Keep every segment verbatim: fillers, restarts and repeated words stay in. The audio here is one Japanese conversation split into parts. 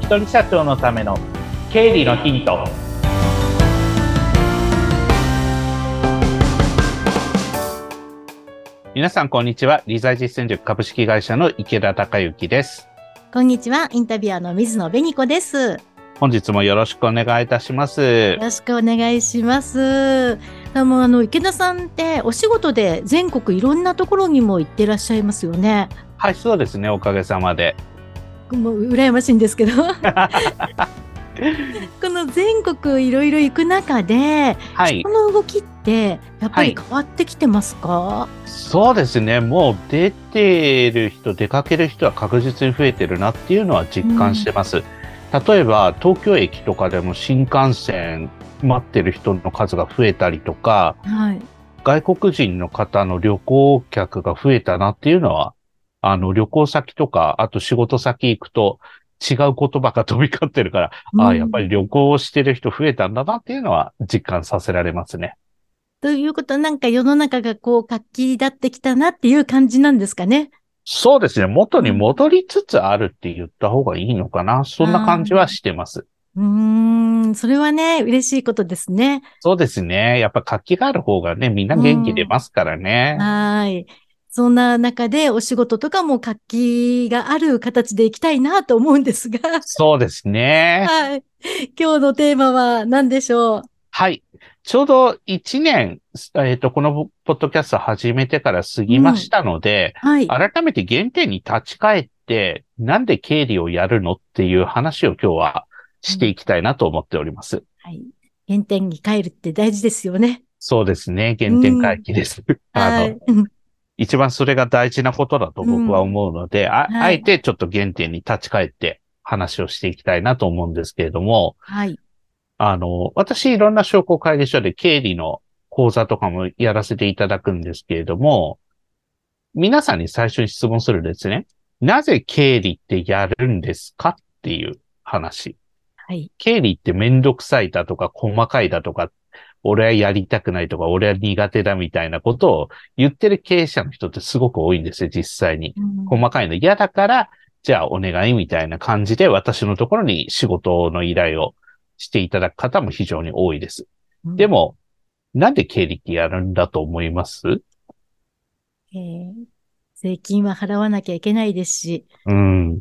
人社長のための経理のヒント。皆さんこんにちは。理財実践塾株式会社の池田孝之です。 こんにちは。インタビュアーの水野紅子です。 本日もよろしくお願いいたします。 よろしくお願いします。あの、あの池田さんってお仕事で全国いろんなところにも行ってらっしゃいますよね。 はい、そうですね。おかげさまで。 もう羨ましいんですけどこの全国いろいろ行く中で、 はい、 人の動きってやっぱり変わってきてますか？ はい、そうですね。もう出てる人、出かける人は確実に増えてるなっていうのは実感してます。うん、例えば東京駅とかでも新幹線待ってる人の数が増えたりとか、 はい、 外国人の方の旅行客が増えたなっていうのは、あの旅行先とか、あと仕事先行くと違う言葉が飛び交ってるから、 うん、 ああ、やっぱり旅行をしてる人増えたんだなっていうのは実感させられますね。 ということはなんか世の中がこう活気立ってきたなっていう感じなんですかね。 そうですね。元にうん、 戻りつつあるって言った方がいいのかな。そんな感じはしてます。 うーん、それはね、嬉しいことですね。 そうですね。やっぱ活気がある方がね、みんなう元気出ん。 ますからね。 はい。そんな中でお仕事とかも活気がある形でいきたいなと思うんですが。 そうですね。 はい。今日のテーマは何でしょう？ はい。ちょうどいちねん、えっと、このポッドキャスト始めてから過ぎうん。 ましたので、 はい。 改めて原点に立ち返って、なんで経理をやるのっていう話を今日はうん。 していきたいなと思っております。 はい。原点に帰るって大事ですよね。 そうですね。 う原点回ん。 帰です。あの、 はい。うん。 一番それが大事なことだとう僕はん。 思うので、あ、あはい。 えてちょっと原点に立ち返って話をしていきたいなと思うんですけれども、 はい。 あの、私いろんな商工会議所で経理の講座とかもやらせていただくんですけれども、皆さんに最初に質問するですね。なぜ経理ってやるんですかっていう話。 はい。 経理ってめんどくさいだとか細かいだとか、俺はやりたくないとか、俺は苦手だみたいなことを言ってる経営者の人ってすごく多いんですよ、実際に。 うん。 細かいの嫌だから、じゃあお願いみたいな感じで私のところに仕事の依頼をしていただく方も非常に多いです。 うん。 でも、なんで経理ってやるんだと思います？ えー税金は払わなきゃいけないですし、 うん。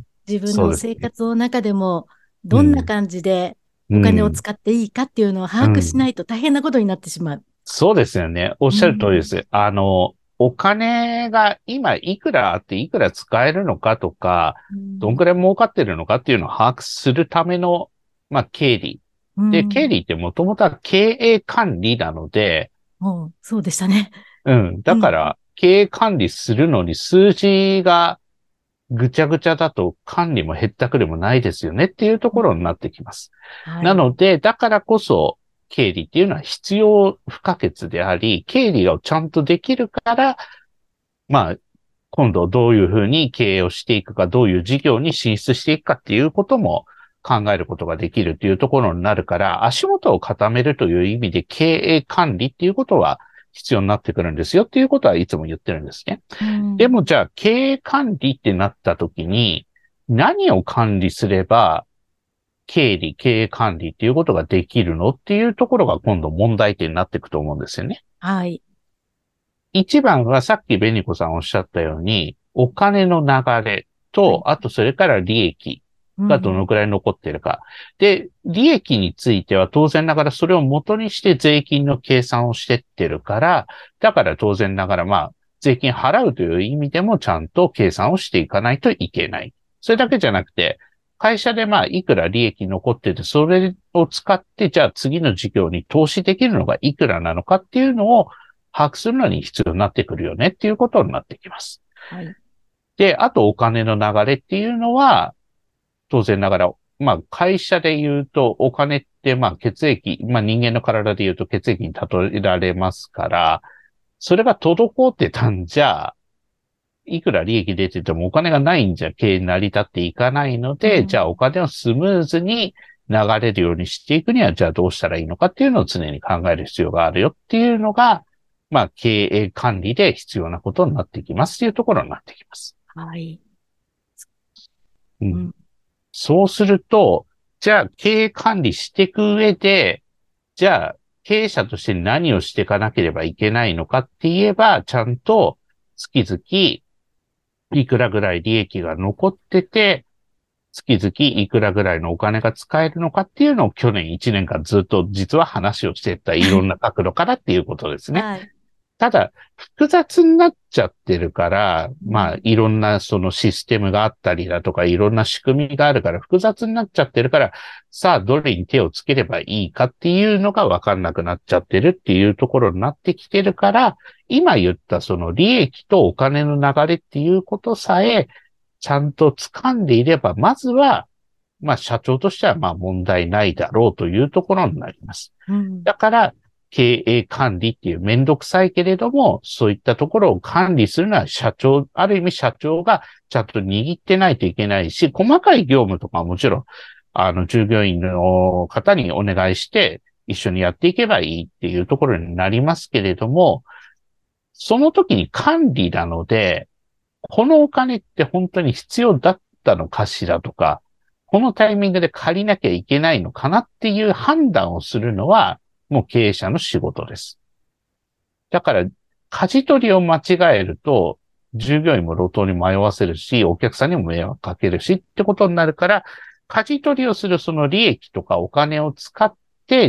自分の生そうですね。 活の中でもうん。 どんな感じでお金をうん。 使っていいかっていうのを把握しなうん。 いと大変なことになってしまう。 そうですよね。おっうしゃる通りでん。 す。あの、お金が今いくらあっていくら使えるのかとか、 うん。 どんくらい儲かってるのかっていうのを把握するための、まあ、経理。 うで、経ん。 理ってもともとは経営管理なので、 おう、そうでしたね。 うん。 うん。 だから、経営管理するのに数字がぐちゃぐちゃだと管理もへったくれもないですよねっていうところになってきます。 はい。 なので、だからこそ、経理っていうのは必要不可欠であり、経理をちゃんとできるから、まあ、今度どういうふうに経営をしていくか、どういう事業に進出していくかっていうことも考えることができるっていうところになるから、足元を固めるという意味で経営管理っていうことは必要になってくるんですよっていうことはいつも言ってるんですね。 うん。 でもじゃあ経営管理ってなった時に、何を管理すれば経理、経営管理っていうことができるのっていうところが今度問題点になっていくと思うんですよね。 はい。 一番はさっきベニコさんおっしゃったように、お金の流れと、 はい。 あとそれから利益がどうん。 のくらい残っているか。で、利益については当然ながらそれを元にして税金の計算をしてってるから、だから当然ながらまあ、税金払うという意味でもちゃんと計算をしていかないといけない。それだけじゃなくて、会社でまあ、いくら利益残ってて、それを使って、じゃあ次の事業に投資できるのがいくらなのかっていうのを把握するのに必要になってくるよねっていうことになってきます。 はい。 で、あとお金の流れっていうのは、当然ながら、まあ会社で言うとお金ってまあ血液、まあ人間の体で言うと血液に例えられますから、それが滞ってたんじゃ、いくら利益出ててもお金がないんじゃ経営成り立っていかないので、じゃあおうん。 金をスムーズに流れるようにしていくには、じゃあどうしたらいいのかっていうのを常に考える必要があるよっていうのが、まあ経営管理で必要なことになってきますっていうところになってきます。 はい。 うん。 うん。 そうすると、じゃあ経営管理していく上で、じゃあ経営者として何をしていかなければいけないのかって言えば、ちゃんと月々いくらぐらい利益が残ってて、月々いくらぐらいのお金が使えるのかっていうのを去年いちねんかんずっと実は話をしてた、いろんな角度からっていうことですね。 はい。 ただ、複雑になっちゃってるから、まあ、 うん。 いろんなそのシステムがあったりだとか、いろんな仕組みがあるから複雑になっちゃってるから、さあ、どれに手をつければいいかっていうのがわかんなくなっちゃってるっていうところになってきてるから、今言ったその利益とお金の流れっていうことさえ、ちゃんと掴んでいれば、まずは、まあ、社長としてはまあ問題ないだろうというところになります。 うん。 だから、経営管理っていうめんどくさいけれども、そういったところを管理するのは社長、ある意味社長がちゃんと握ってないといけないし、細かい業務とかはもちろん、あの、従業員の方にお願いして、一緒にやっていけばいいっていうところになりますけれども、その時に管理なので、このお金って本当に必要だったのかしらとか、このタイミングで借りなきゃいけないのかなっていう判断をするのは、もう経営者の仕事です。だから、舵取りを間違えると、従業員も路頭に迷わせるし、お客さんにも迷惑かけるしってことになるから、舵取りをするその利益とかお金を使って、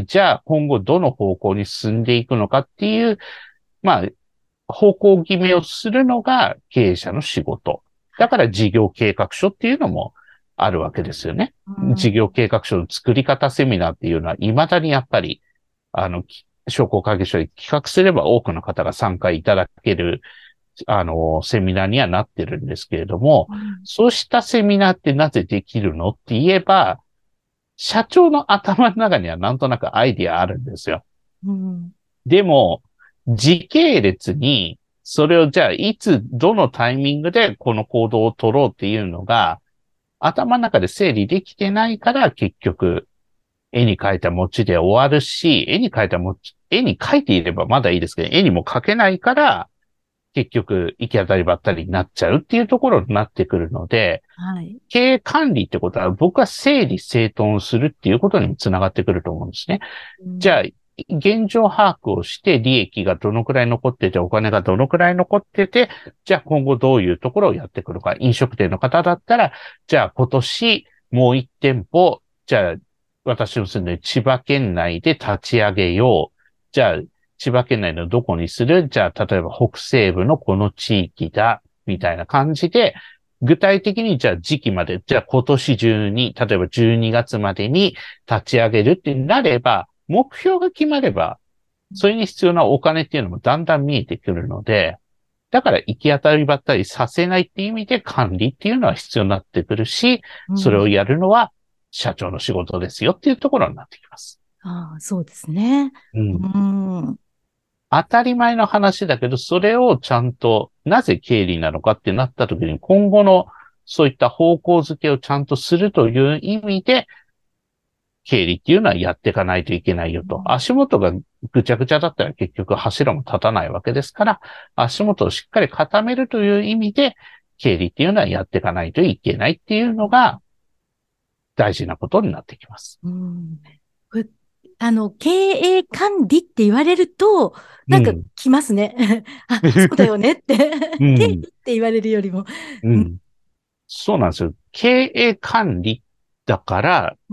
じゃあ今後どの方向に進んでいくのかっていう、まあ、方向決めをするのが経営者の仕事。だから事業計画書っていうのもあるわけですよね。 う事業ん。 計画書の作り方セミナーっていうのは未だにやっぱり、あの、商工会議所で企画すれば多くの方が参加いただける、あの、セミナーにはなってるんですけれども、 うん。 そうしたセミナーってなぜできるのって言えば、社長の頭の中にはなんとなくアイディアあるんですよ。 うん。 でも、時系列に、それをじゃあ、いつ、どのタイミングでこの行動を取ろうっていうのが、頭の中で整理できてないから、結局、絵に描いた餅で終わるし、絵に描いた餅、絵に描いていればまだいいですけど、絵にも描けないから、結局、行き当たりばったりになっちゃうっていうところになってくるので、 はい。 経営管理ってことは、僕は整理整頓するっていうことにもつながってくると思うんですね。 うん。 じゃあ、現状把握をして利益がどのくらい残ってて、お金がどのくらい残ってて、じゃあ今後どういうところをやってくるか。飲食店の方だったら、じゃあ今年もう一店舗、じゃあ私の住んでる千葉県内で立ち上げよう。じゃあ千葉県内のどこにする？じゃあ例えば北西部のこの地域だ。みたいな感じで、具体的にじゃあ時期まで、じゃあ今年中に、例えばじゅうにがつまでに立ち上げるってなれば、目標が決まれば、それに必要なお金っていうのもだんだん見えてくるので、だから行き当たりばったりさせないっていう意味で管理っていうのは必要になってくるし、それをうん。 やるのは社長の仕事ですよっていうところになってきます。 ああ、そうですね。ううん。 ん。 当たり前の話だけど、それをちゃんと、なぜ経理なのかってなった時に、今後のそういった方向づけをちゃんとするという意味で、経理っていうのはやっていかないといけないよと。足元がぐちゃぐちゃだったら結局柱も立たないわけですから、足元をしっかり固めるという意味で、経理っていうのはやっていかないといけないっていうのが大事なことになってきます。 うん。これ、あの、経営管理って言われると、なんかうん。 来ますね。あ、そうだよねってう経理ん。 って言われるよりも。うん。 うん。そうなんですよ。経営管理だから、 うん。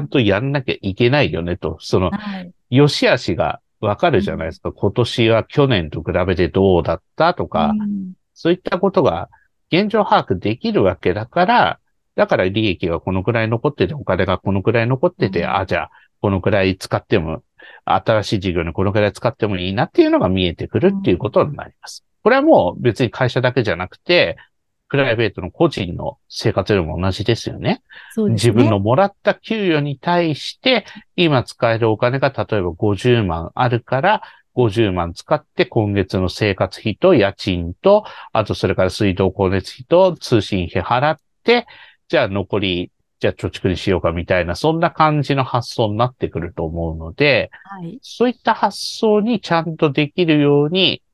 ちゃんとやんなきゃいけないよねと。その、 はい。 良し悪しがわかるじゃないでうん。 すか。今年は去年と比べてどうだったとうか、 ん。 そういったことが現状把握できるわけだから、だから利益がこのくらい残ってて、お金がこのくらい残ってて、 うん。 あ、じゃあ、このくらい使っても、新しい事業にこのくらい使ってもいいなっていうのが見えてくるっていうことになります。これはもう別に会社だけじゃなくて、プライベートの個人の生活でも同じですよね。 そうですね。 自分のもらった給与に対して、今使えるお金が例えばごじゅうまんあるから、ごじゅうまん使って今月の生活費と家賃と、あとそれから水道光熱費と通信費払って、じゃあ残り、じゃあ貯蓄にしようかみたいな、そんな感じの発想になってくると思うので、 はい。 そういった発想にちゃんとできるように、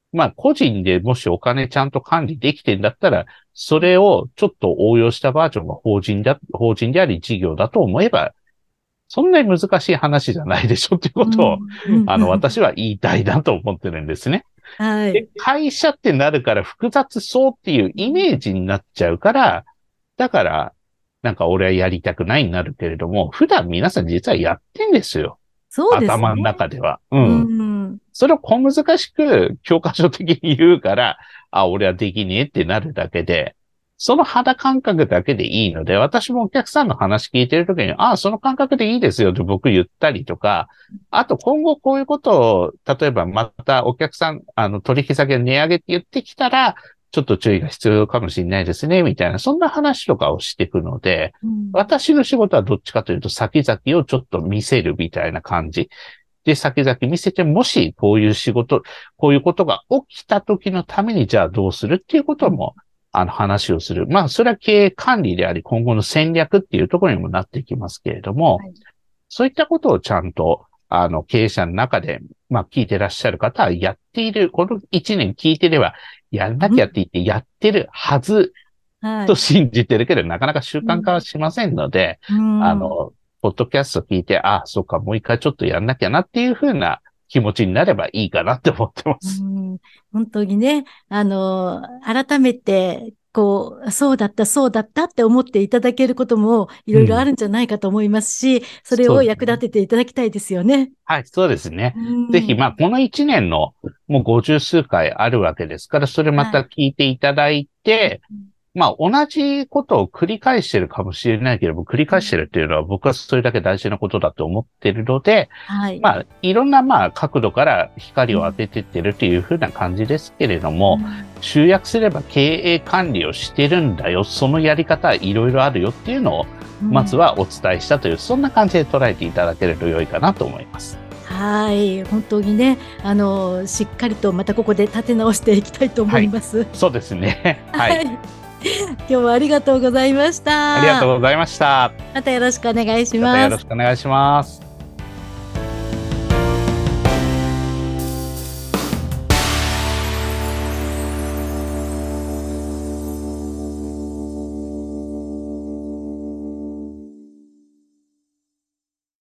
まあ、個人でもしお金ちゃんと管理できてんだったら、それをちょっと応用したバージョンが法人だ、法人であり事業だと思えば、そんなに難しい話じゃないでしょっていうことを、 うん、 あの、私は言いたいなと思ってるんですね。 はい。 で、会社ってなるから複雑そうっていうイメージになっちゃうから、だから、なんか俺はやりたくないになるけれども、普段皆さん実はやってんですよ。 そうですね。 頭の中では。ううん。 ん。 それを小難しく教科書的に言うから、あ、俺はできねえってなるだけで、その肌感覚だけでいいので、私もお客さんの話聞いてるときに、あ、その感覚でいいですよって僕言ったりとか、あと今後こういうことを、例えばまたお客さん、あの取引先が値上げって言ってきたら、ちょっと注意が必要かもしれないですね、みたいな、そんな話とかをしていくので、 うん、 私の仕事はどっちかというと先々をちょっと見せるみたいな感じ。で、先々見せて、もしこういう仕事、こういうことが起きた時のためにじゃあどうするっていうことも、あの話をする。まあ、それは経営管理であり、今後の戦略っていうところにもなってきますけれども、 はい、 そういったことをちゃんと、あの、経営者の中で、まあ、聞いてらっしゃる方はやっている、この一年聞いてれば、やんなきゃって言ってやってるはずと信じてるけど、なかなか習慣化はしませんので、 うん、 あの、ポッドキャスト聞いて、あ、そうか、もう一回ちょっとやんなきゃなっていうふうな気持ちになればいいかなって思ってまうす。 ん、本当にね、あの、改めて、こう、そうだった、そうだったって思っていただけることもいろいろあるんじゃないかと思いますし、それを役立てていただきたいですよね。 はい、そうですね。 うん、 ぜひ、まあ、この一年のもうごじゅう数回あるわけですから、それまた聞いていただいて、 はい、 まあ、同じことを繰り返してるかもしれないけれども、繰り返してるっていうのは僕はそれだけ大事なことだと思ってるので、 はい、 まあ、いろんなまあ角度から光を当ててってるっていう風な感じですけれども、 うん、 集約すれば経営管理をしてるんだよ、そのやり方いろいろあるよっていうのを、まずはお伝えしたという、うん、そんな感じで捉えていただけると良いかなと思います。 はい、本当にね、あの、しっかりとまたここで立て直していきたいと思います。 はい、そうですね。はい。はい、 今日はありがとうございました。 ありがとうございました。 またよろしくお願いします。 またよろしくお願いします。